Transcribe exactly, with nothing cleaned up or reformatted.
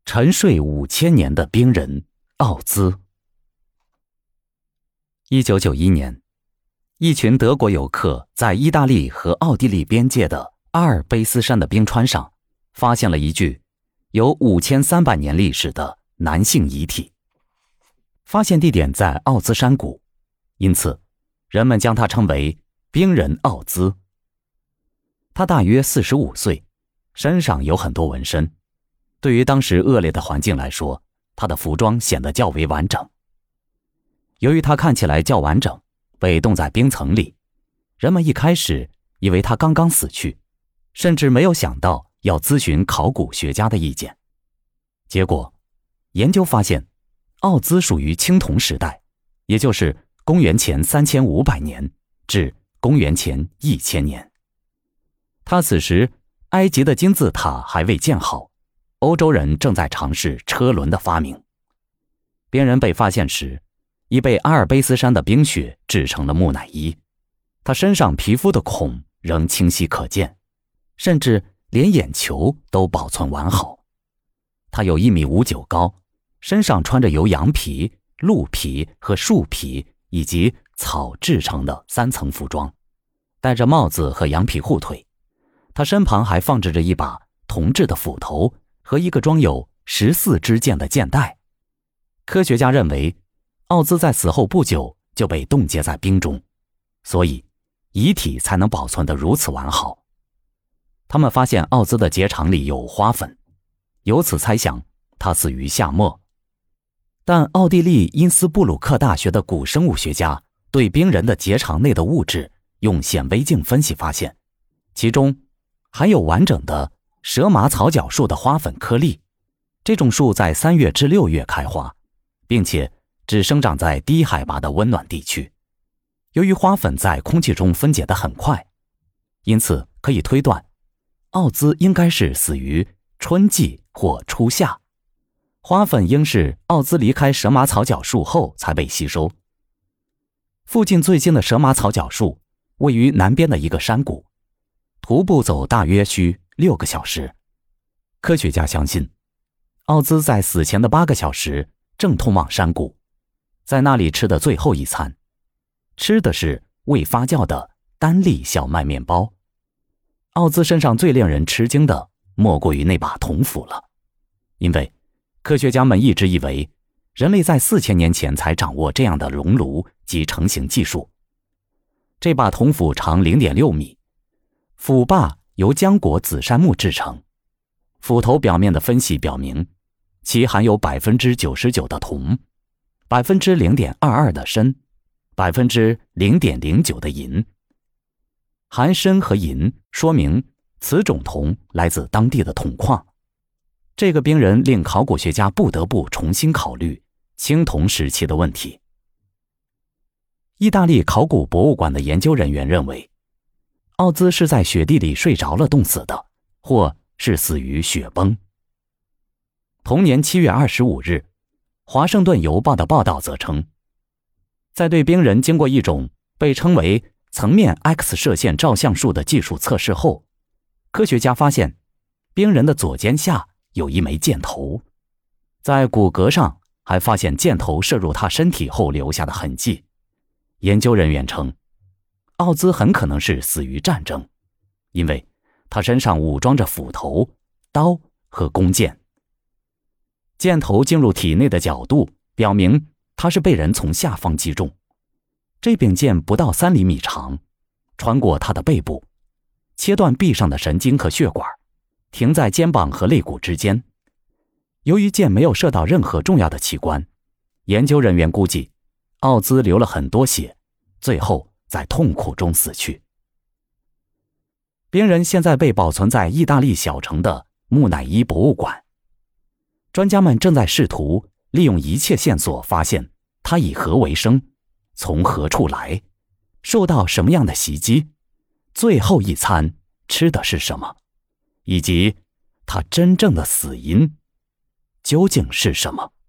沉睡五千年的冰人奥兹。一九九一年，一群德国游客在意大利和奥地利边界的阿尔卑斯山的冰川上，发现了一具有五千三百年历史的男性遗体。发现地点在奥兹山谷，因此人们将他称为冰人奥兹。他大约四十五岁，身上有很多纹身。对于当时恶劣的环境来说，他的服装显得较为完整。由于他看起来较完整，被冻在冰层里，人们一开始以为他刚刚死去，甚至没有想到要咨询考古学家的意见。结果，研究发现，奥兹属于青铜时代，也就是公元前三千五百年至公元前一千年。他死时，埃及的金字塔还未建好，欧洲人正在尝试车轮的发明。冰人被发现时，已被阿尔卑斯山的冰雪制成了木乃伊，他身上皮肤的孔仍清晰可见，甚至连眼球都保存完好。他有一米五九高，身上穿着由羊皮、鹿皮和树皮以及草制成的三层服装，戴着帽子和羊皮护腿。他身旁还放置着一把铜制的斧头和一个装有十四支箭的箭袋。科学家认为，奥兹在死后不久就被冻结在冰中，所以遗体才能保存得如此完好。他们发现奥兹的结肠里有花粉，由此猜想他死于夏末。但奥地利因斯布鲁克大学的古生物学家对冰人的结肠内的物质用显微镜分析发现，其中还有完整的蛇麻草角树的花粉颗粒。这种树在三月至六月开花，并且只生长在低海拔的温暖地区。由于花粉在空气中分解得很快，因此可以推断，奥兹应该是死于春季或初夏。花粉应是奥兹离开蛇麻草角树后才被吸收。附近最近的蛇麻草角树位于南边的一个山谷，徒步走大约需六个小时。科学家相信，奥兹在死前的八个小时正通往山谷，在那里吃的最后一餐，吃的是未发酵的单粒小麦面包。奥兹身上最令人吃惊的莫过于那把铜斧了，因为科学家们一直以为人类在四千年前才掌握这样的熔炉及成型技术。这把铜斧长 零点六米，斧把由浆果紫杉木制成，斧头表面的分析表明，其含有 百分之九十九 的铜， 百分之零点二二 的砷， 百分之零点零九 的银。含砷和银说明此种铜来自当地的铜矿。这个冰人令考古学家不得不重新考虑青铜时期的问题。意大利考古博物馆的研究人员认为，奥兹是在雪地里睡着了冻死的，或是死于雪崩。同年七月二十五日，华盛顿邮报的报道则称，在对冰人经过一种被称为层面 X 射线照相术的技术测试后，科学家发现冰人的左肩下有一枚箭头，在骨骼上还发现箭头射入他身体后留下的痕迹。研究人员称，奥兹很可能是死于战争，因为他身上武装着斧头、刀和弓箭。箭头进入体内的角度表明他是被人从下方击中。这柄剑不到三厘米长，穿过他的背部，切断臂上的神经和血管，停在肩膀和肋骨之间。由于箭没有射到任何重要的器官，研究人员估计奥兹流了很多血，最后在痛苦中死去。冰人现在被保存在意大利小城的木乃伊博物馆。专家们正在试图利用一切线索发现他以何为生，从何处来，受到什么样的袭击，最后一餐吃的是什么，以及他真正的死因究竟是什么。